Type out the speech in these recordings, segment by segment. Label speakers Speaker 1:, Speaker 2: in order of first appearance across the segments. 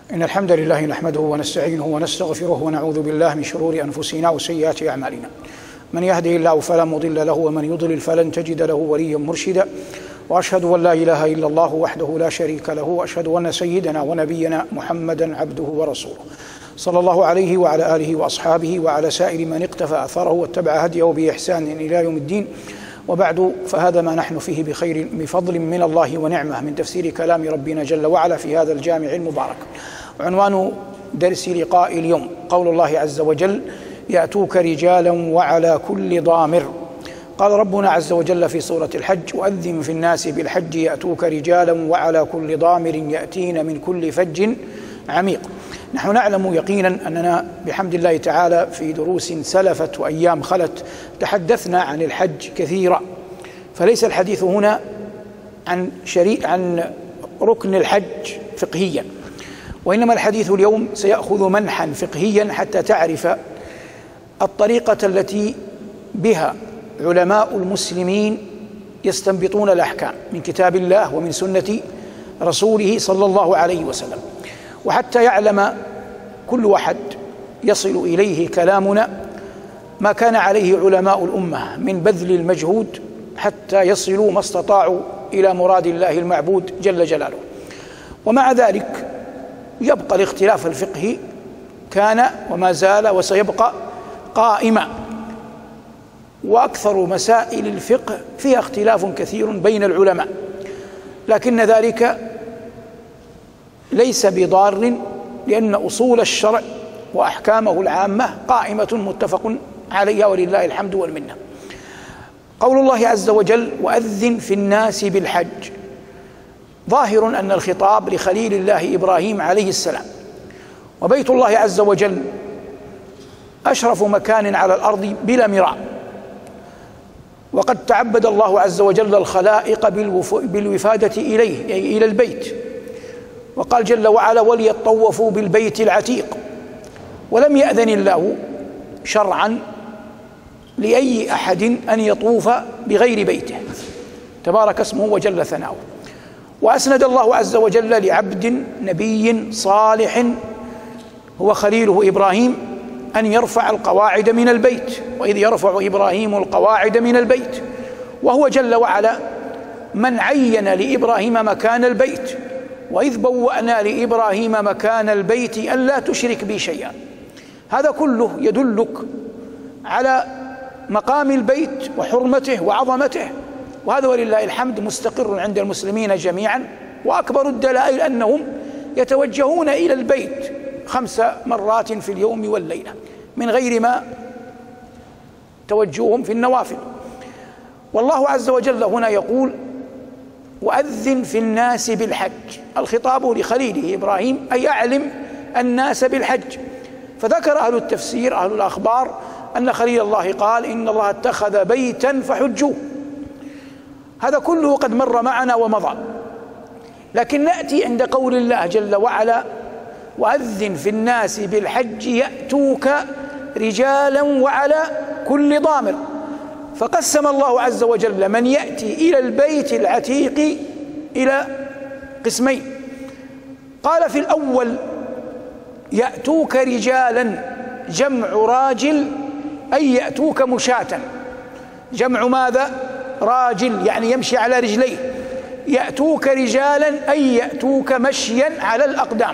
Speaker 1: إن الحمد لله نحمده ونستعينه ونستغفره ونعوذ بالله من شرور أنفسنا وسيئات أعمالنا. من يهده الله فلا مضل له ومن يضلل فلن تجد له وليا مرشدا، وأشهد أن لا إله إلا الله وحده لا شريك له، وأشهد أن سيدنا ونبينا محمدا عبده ورسوله صلى الله عليه وعلى آله وأصحابه وعلى سائر من اقتفى أثره واتبع هديه بإحسان إلى يوم الدين. وبعد، فهذا ما نحن فيه بخير بفضل من الله ونعمة من تفسير كلام ربنا جل وعلا في هذا الجامع المبارك. عنوان درس لقاء اليوم قول الله عز وجل: يأتوك رجالا وعلى كل ضامر. قال ربنا عز وجل في سورة الحج: وأذن في الناس بالحج يأتوك رجالا وعلى كل ضامر يأتين من كل فج عميق. نحن نعلم يقينا أننا بحمد الله تعالى في دروس سلفت وأيام خلت تحدثنا عن الحج كثيرا، فليس الحديث هنا عن ركن الحج فقهيا، وإنما الحديث اليوم سيأخذ منحا فقهيا حتى تعرف الطريقة التي بها علماء المسلمين يستنبطون الأحكام من كتاب الله ومن سنة رسوله صلى الله عليه وسلم، وحتى يعلم كل واحد يصل إليه كلامنا ما كان عليه علماء الأمة من بذل المجهود حتى يصلوا ما استطاعوا إلى مراد الله المعبود جل جلاله. ومع ذلك يبقى الاختلاف الفقهي، كان وما زال وسيبقى قائما، وأكثر مسائل الفقه فيها اختلاف كثير بين العلماء، لكن ذلك ليس بضار، لأن أصول الشرع وأحكامه العامة قائمة متفق عليها ولله الحمد والمنة. قول الله عز وجل: وأذن في الناس بالحج، ظاهر أن الخطاب لخليل الله إبراهيم عليه السلام، وبيت الله عز وجل أشرف مكان على الأرض بلا مراء، وقد تعبد الله عز وجل الخلائق بالوفادة إليه، أي إلى البيت، وقال جل وعلا: وليطوفوا بالبيت العتيق. ولم يأذن الله شرعا لأي أحد أن يطوف بغير بيته، تبارك اسمه وجل ثناؤه. وأسند الله عز وجل لعبد نبي صالح هو خليله إبراهيم أن يرفع القواعد من البيت، وإذ يرفع إبراهيم القواعد من البيت، وهو جل وعلا من عين لإبراهيم مكان البيت: وإذ بوأنا لإبراهيم مكان البيت ألا تشرك بي شيئا. هذا كله يدلك على مقام البيت وحرمته وعظمته، وهذا ولله الحمد مستقر عند المسلمين جميعا. وأكبر الدلائل أنهم يتوجهون إلى البيت 5 مرات في اليوم والليلة من غير ما توجههم في النوافل. والله عز وجل هنا يقول: وأذن في الناس بالحج. الخطاب لخليله إبراهيم، أي أعلم الناس بالحج. فذكر أهل التفسير أهل الأخبار أن خليل الله قال: إن الله اتخذ بيتا فحجوه. هذا كله قد مر معنا ومضى، لكن نأتي عند قول الله جل وعلا: وأذن في الناس بالحج يأتوك رجالا وعلى كل ضامر. فقسم الله عز وجل من يأتي إلى البيت العتيق إلى قسمين. قال في الأول: يأتوك رجالا، جمع راجل، أي يأتوك مشاة. جمع ماذا؟ راجل، يعني يمشي على رجليه. يأتوك رجالا أي يأتوك مشيا على الأقدام.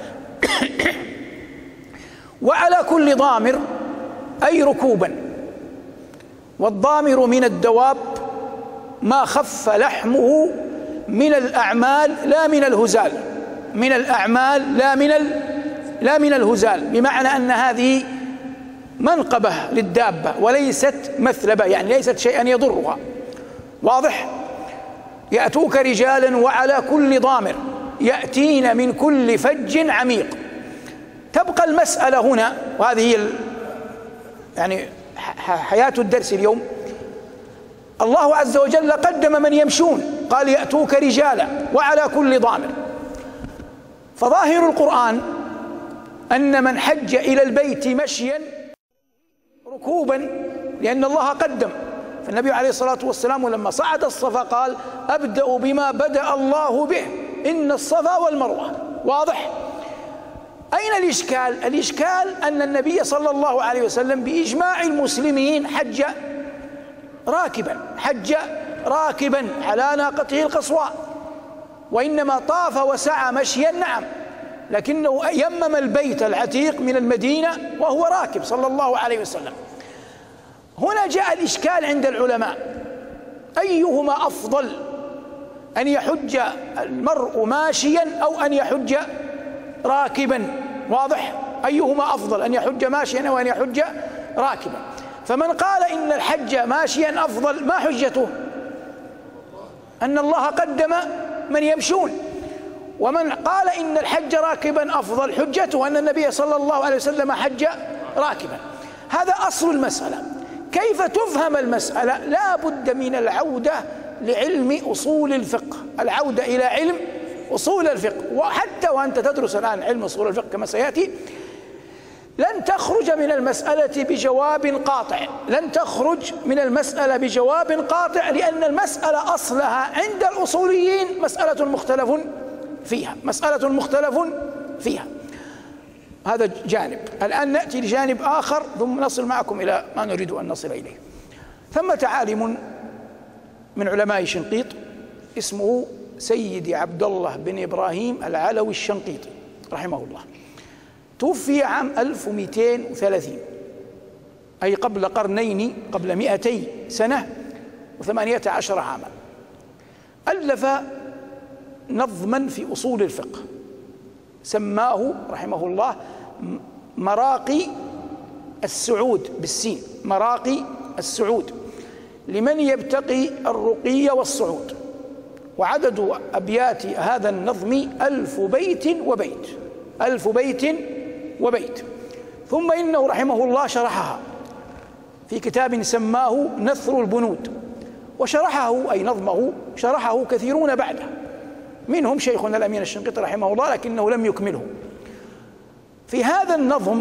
Speaker 1: وعلى كل ضامر أي ركوبا. والضامر من الدواب ما خف لحمه من الأعمال لا من الهزال، من الأعمال لا من الهزال، بمعنى أن هذه منقبة للدابة وليست مثلبة، يعني ليست شيئا يضرها. واضح؟ يأتوك رجالا وعلى كل ضامر يأتين من كل فج عميق. تبقى المسألة هنا، وهذه هي يعني حياة الدرس اليوم. الله عز وجل قدم من يمشون، قال: يأتوك رجالا وعلى كل ضامر. فظاهر القرآن أن من حج إلى البيت مشيا ركوبا، لأن الله قدم. فالنبي عليه الصلاة والسلام لما صعد الصفا قال: أبدأ بما بدأ الله به، إن الصفا والمروة. واضح؟ أين الإشكال؟ الإشكال أن النبي صلى الله عليه وسلم بإجماع المسلمين حج راكبا على ناقته القصواء، وإنما طاف وسعى مشيا نعم، لكنه يمم البيت العتيق من المدينة وهو راكب صلى الله عليه وسلم. هنا جاء الإشكال عند العلماء، أيهما أفضل، أن يحج المرء ماشيا أو أن يحج راكبا؟ واضح؟ أيهما أفضل، أن يحج ماشيا أو أن يحج راكبا؟ فمن قال إن الحج ماشيا أفضل ما حجته؟ أن الله قدم من يمشون. ومن قال إن الحج راكبا أفضل حجته أن النبي صلى الله عليه وسلم حج راكبا. هذا أصل المسألة. كيف تفهم المسألة؟ لا بد من العودة لعلم أصول الفقه، العودة إلى علم أصول الفقه. وحتى وأنت تدرس الآن علم أصول الفقه كما سيأتي لن تخرج من المسألة بجواب قاطع، لن تخرج من المسألة بجواب قاطع، لأن المسألة أصلها عند الأصوليين مسألة مختلف فيها. هذا جانب. الآن نأتي لجانب آخر ثم نصل معكم إلى ما نريد أن نصل إليه. ثمة عالم من علماء شنقيط اسمه سيدي عبد الله بن إبراهيم العلوي الشنقيطي رحمه الله، توفي عام 1230، أي قبل قرنين، قبل 200 سنة و18 عاما. ألف نظما في أصول الفقه سماه رحمه الله مراقي السعود بالسين، مراقي السعود لمن يبتغي الرقي والصعود. وعدد أبيات هذا النظم 1000 بيت وبيت، 1000 بيت وبيت. ثم إنه رحمه الله شرحها في كتاب سماه نثر البنود، وشرحه أي نظمه شرحه كثيرون بعده، منهم شيخنا الأمين الشنقيطي رحمه الله، لكنه لم يكمله. في هذا النظم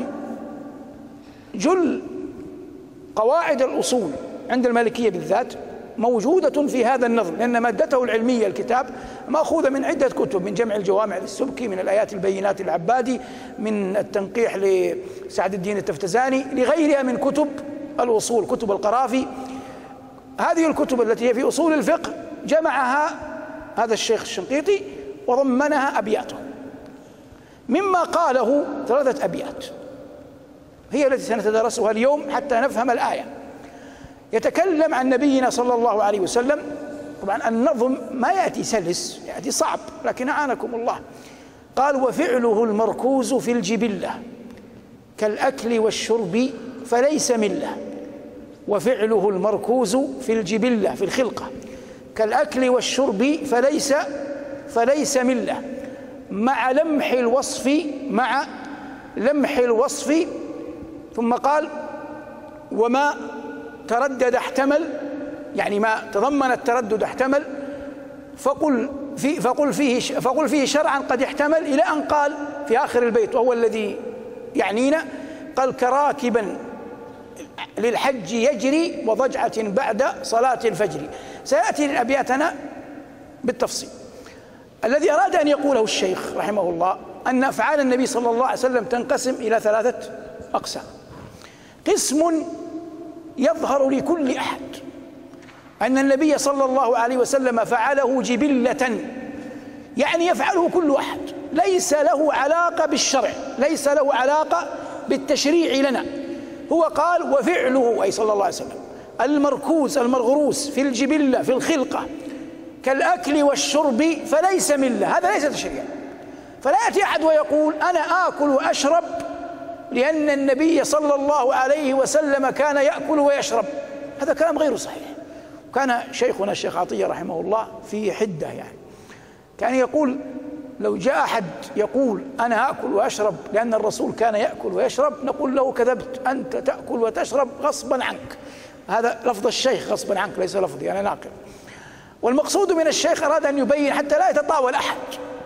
Speaker 1: جل قواعد الأصول عند المالكية بالذات موجودة في هذا النظم، لأن مادته العلمية الكتاب مأخوذة من عدة كتب، من جمع الجوامع للسبكي، من الآيات البينات العبادي، من التنقيح لسعد الدين التفتزاني، لغيرها من كتب الأصول، كتب القرافي. هذه الكتب التي هي في أصول الفقه جمعها هذا الشيخ الشنقيطي وضمنها أبياته. مما قاله 3 أبيات هي التي سنتدرسها اليوم حتى نفهم الآية. يتكلم عن نبينا صلى الله عليه وسلم. طبعا النظم ما يأتي سلس، يأتي صعب، لكن أعانكم الله. قال: وفعله المركوز في الجبلة كالأكل والشرب فليس ملة. وفعله المركوز في الجبلة، في الخلقة، كالأكل والشرب فليس ملة، مع لمح الوصف. ثم قال: وما تردد احتمل، يعني ما تضمن التردد احتمل، فقل فيه شرعا قد احتمل، إلى أن قال في آخر البيت وهو الذي يعنينا، قال: كراكبا للحج يجري وضجعة بعد صلاة الفجر. سيأتي لأبياتنا بالتفصيل. الذي أراد أن يقوله الشيخ رحمه الله أن أفعال النبي صلى الله عليه وسلم تنقسم إلى 3 أقسام. قسم يظهر لكل أحد أن النبي صلى الله عليه وسلم فعله جبلة، يعني يفعله كل أحد، ليس له علاقة بالشرع، ليس له علاقة بالتشريع لنا. هو قال: وفعله، أي صلى الله عليه وسلم، المرغروس في الجبلة، في الخلقة، كالأكل والشرب فليس ملة، هذا ليس تشريعا. فلا يأتي أحد ويقول: أنا آكل وأشرب لأن النبي صلى الله عليه وسلم كان يأكل ويشرب. هذا كلام غير صحيح. وكان شيخنا الشيخ عطية رحمه الله في حدة، يعني كان يقول: لو جاء أحد يقول أنا أكل وأشرب لأن الرسول كان يأكل ويشرب، نقول له: كذبت، أنت تأكل وتشرب غصبا عنك. هذا لفظ الشيخ، غصبا عنك، ليس لفظي أنا ناقل. والمقصود من الشيخ أراد أن يبين حتى لا يتطاول أحد.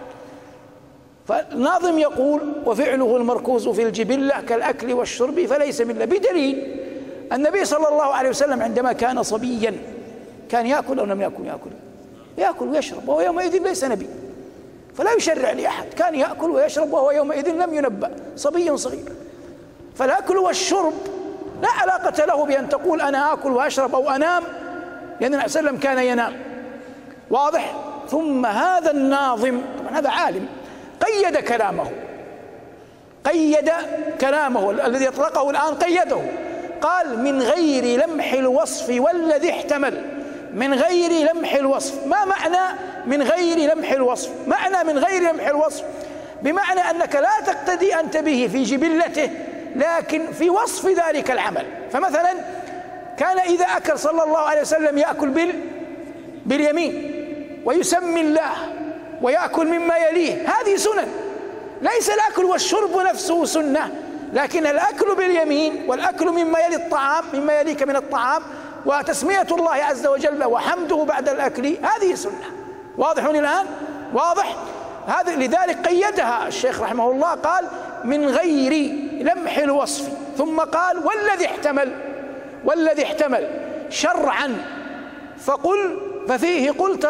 Speaker 1: فالناظم يقول: وفعله المركوز في الجبلة كالأكل والشرب فليس ملة، بدليل النبي صلى الله عليه وسلم عندما كان صبيا كان يأكل أو لم يأكل؟ يأكل ويشرب، وهو يومئذ ليس نبي. فلا يشرع لأحد، كان يأكل ويشرب وهو يومئذ لم ينبأ، صبي صغير. فالأكل والشرب لا علاقة له بأن تقول أنا آكل وأشرب أو أنام، لأن النبي صلى الله عليه وسلم كان ينام. واضح؟ ثم هذا الناظم، طبعا هذا عالم، قيد كلامه الذي أطلقه الآن، قيده، قال من غير لمح الوصف والذي احتمل. من غير لمح الوصف، ما معنى من غير لمح الوصف؟ معنى من غير لمح الوصف بمعنى أنك لا تقتدي أنت به في جبلته، لكن في وصف ذلك العمل. فمثلا كان إذا أكل صلى الله عليه وسلم يأكل باليمين ويسمي الله ويأكل مما يليه، هذه سنن. ليس الأكل والشرب نفسه سنة، لكن الأكل باليمين والأكل مما يلي الطعام، مما يليك من الطعام، وتسمية الله عز وجل وحمده بعد الأكل، هذه سنة. واضح الآن؟ واضح؟ هذا لذلك قيدها الشيخ رحمه الله، قال من غير لمح الوصف، ثم قال والذي احتمل شرعا ففيه قل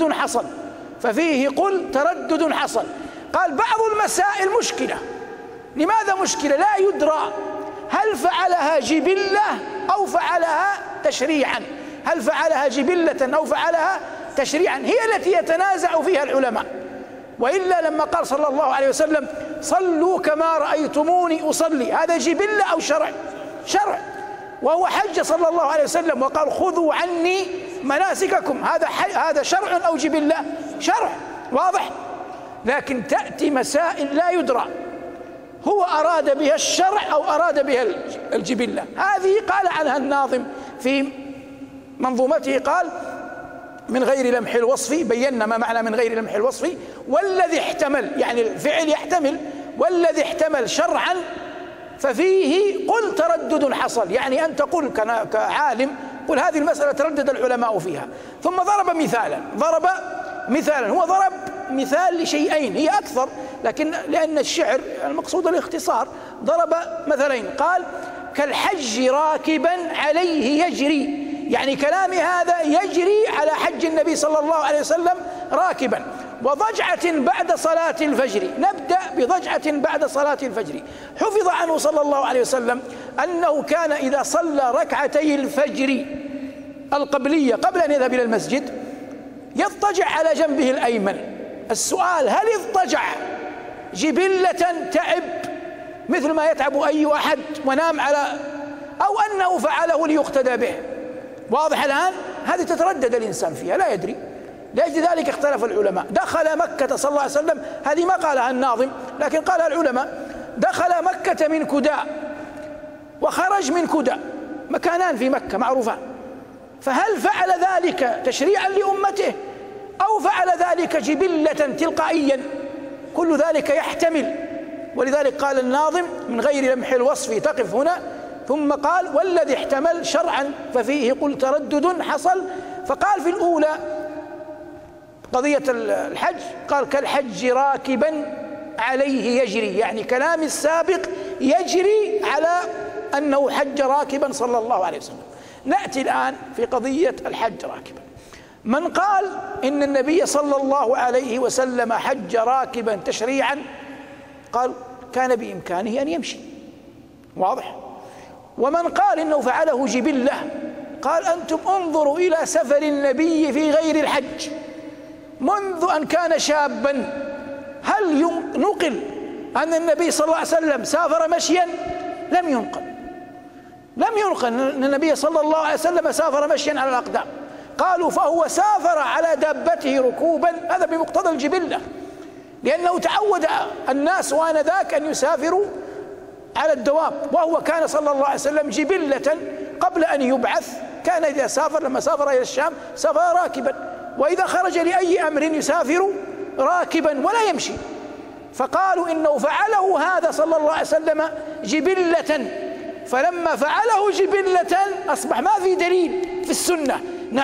Speaker 1: تردد حصل. قال بعض المسائل مشكلة. لماذا مشكلة؟ لا يدرى هل فعلها جبلة أو فعلها تشريعا، هل فعلها جبلة أو فعلها تشريعا، هي التي يتنازع فيها العلماء. وإلا لما قال صلى الله عليه وسلم صلوا كما رأيتموني أصلي، هذا جبلة أو شرع؟ وهو حج صلى الله عليه وسلم وقال خذوا عني مناسككم، هذا شرع أو جبلة؟ شرع. واضح؟ لكن تأتي مسائل لا يدرى هو أراد بها الشرع أو أراد بها الجبلة. هذه قال عنها الناظم في منظومته، قال من غير لمح الوصف، بينا ما معنى من غير لمح الوصف، والذي احتمل، يعني الفعل يحتمل، والذي احتمل شرعا ففيه قل تردد حصل، يعني أن تقول كعالم قل هذه المسألة تردد العلماء فيها. ثم ضرب مثالا، هو ضرب مثال لشيئين، هي أكثر، لكن لأن الشعر المقصود الاختصار ضرب مثلين. قال كالحج راكبا عليه يجري، يعني كلامي هذا يجري على حج النبي صلى الله عليه وسلم راكبا، وضجعة بعد صلاة الفجر. نبدأ بضجعة بعد صلاة الفجر. حفظ عنه صلى الله عليه وسلم أنه كان إذا صلى ركعتي الفجر القبلية قبل أن يذهب إلى المسجد يضطجع على جنبه الأيمن. السؤال: هل اضطجع جبلة تعب مثل ما يتعب أي أحد ونام أو أنه فعله ليقتدى به؟ واضح الآن؟ هذه تتردد الإنسان فيها، لا يدري. لأجل ذلك اختلف العلماء. دخل مكة صلى الله عليه وسلم، هذه ما قالها الناظم لكن قالها العلماء، دخل مكة من كداء وخرج من كداء، مكانان في مكة معروفان. فهل فعل ذلك تشريعا لأمته أو فعل ذلك جبلة تلقائيا؟ كل ذلك يحتمل. ولذلك قال الناظم من غير لمح الوصف، تقف هنا، ثم قال والذي احتمل شرعا ففيه قل تردد حصل. فقال في الأولى قضية الحج، قال كالحج راكبا عليه يجري، يعني كلام السابق يجري على أنه حج راكبا صلى الله عليه وسلم. نأتي الآن في قضية الحج راكبا. من قال إن النبي صلى الله عليه وسلم حج راكبا تشريعا، قال كان بإمكانه أن يمشي، واضح. ومن قال إنه فعله جبلة، قال أنتم انظروا إلى سفر النبي في غير الحج منذ أن كان شابا، هل نقل أن النبي صلى الله عليه وسلم سافر مشيا؟ لم ينقل أن النبي صلى الله عليه وسلم سافر مشيا على الأقدام. قالوا فهو سافر على دابته ركوبا، هذا بمقتضى الجبلة، لأنه تعود الناس وآنذاك أن يسافروا على الدواب، وهو كان صلى الله عليه وسلم جبلة قبل أن يبعث، كان إذا سافر لما سافر إلى الشام سافر راكبا، وإذا خرج لأي أمر يسافر راكبا ولا يمشي. فقالوا إنه فعله هذا صلى الله عليه وسلم جبلة، فلما فعله جبلة أصبح ما في دليل في السنة.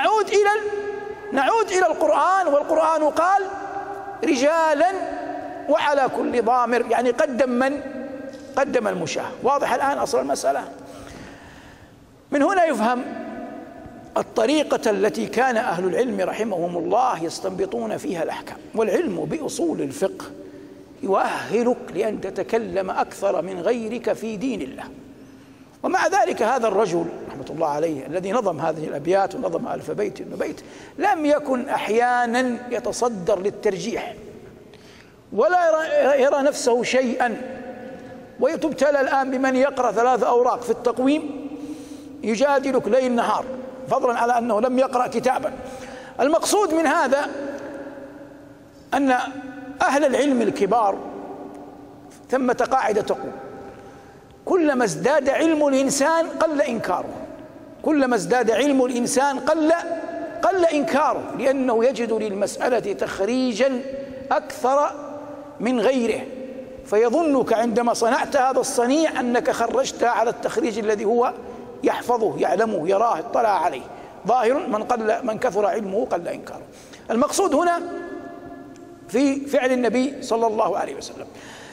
Speaker 1: نعود إلى القرآن، والقرآن قال رجالا وعلى كل ضامر، يعني قدم المشاة. واضح الآن أصل المسألة؟ من هنا يفهم الطريقة التي كان أهل العلم رحمهم الله يستنبطون فيها الأحكام. والعلم بأصول الفقه يؤهلك لأن تتكلم أكثر من غيرك في دين الله. ومع ذلك هذا الرجل رحمة الله عليه الذي نظم هذه الأبيات ونظم ألف بيت وبيت لم يكن أحيانا يتصدر للترجيح ولا يرى نفسه شيئا، وتبتلى الآن بمن يقرأ 3 أوراق في التقويم يجادلك ليل نهار، فضلا على أنه لم يقرأ كتابا. المقصود من هذا أن أهل العلم الكبار ثمة قاعدة تقول: كلما ازداد علم الإنسان قل إنكاره، كلما ازداد علم الإنسان قل إنكاره، لأنه يجد للمسألة تخريجا أكثر من غيره، فيظنك عندما صنعت هذا الصنيع أنك خرجتها على التخريج الذي هو يحفظه يعلمه يراه اطلع عليه. ظاهر من كثر علمه قل إنكاره. المقصود هنا في فعل النبي صلى الله عليه وسلم.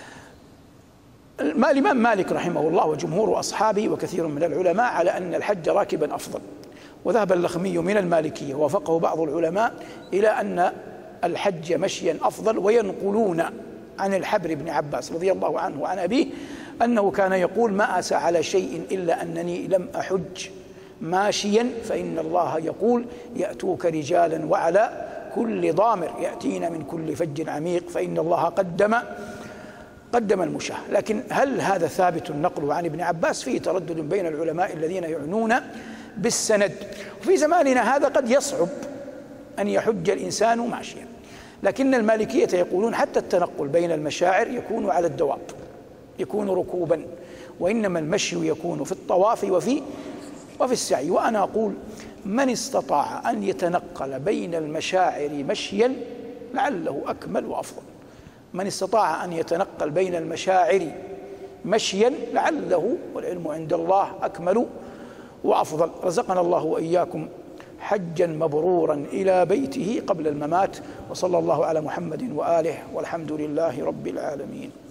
Speaker 1: الإمام مالك رحمه الله وجمهور أصحابه وكثير من العلماء على أن الحج راكبا أفضل، وذهب اللخمي من المالكية ووافقه بعض العلماء إلى أن الحج مشيا أفضل، وينقلون عن الحبر بن عباس رضي الله عنه وعن أبيه أنه كان يقول: ما أسى على شيء إلا أنني لم أحج ماشيا، فإن الله يقول: يأتوك رجالا وعلى كل ضامر يأتين من كل فج عميق، فإن الله قدم المشاة. لكن هل هذا ثابت النقل عن ابن عباس؟ فيه تردد بين العلماء الذين يعنون بالسند. وفي زماننا هذا قد يصعب أن يحج الإنسان ماشيا، لكن المالكية يقولون حتى التنقل بين المشاعر يكون على الدواب، يكون ركوبا، وإنما المشي يكون في الطواف وفي السعي. وأنا أقول: من استطاع أن يتنقل بين المشاعر مشيا لعله أكمل وأفضل، من استطاع أن يتنقل بين المشاعر مشيا لعله، والعلم عند الله، أكمل وأفضل. رزقنا الله وإياكم حجا مبرورا إلى بيته قبل الممات، وصلى الله على محمد وآله، والحمد لله رب العالمين.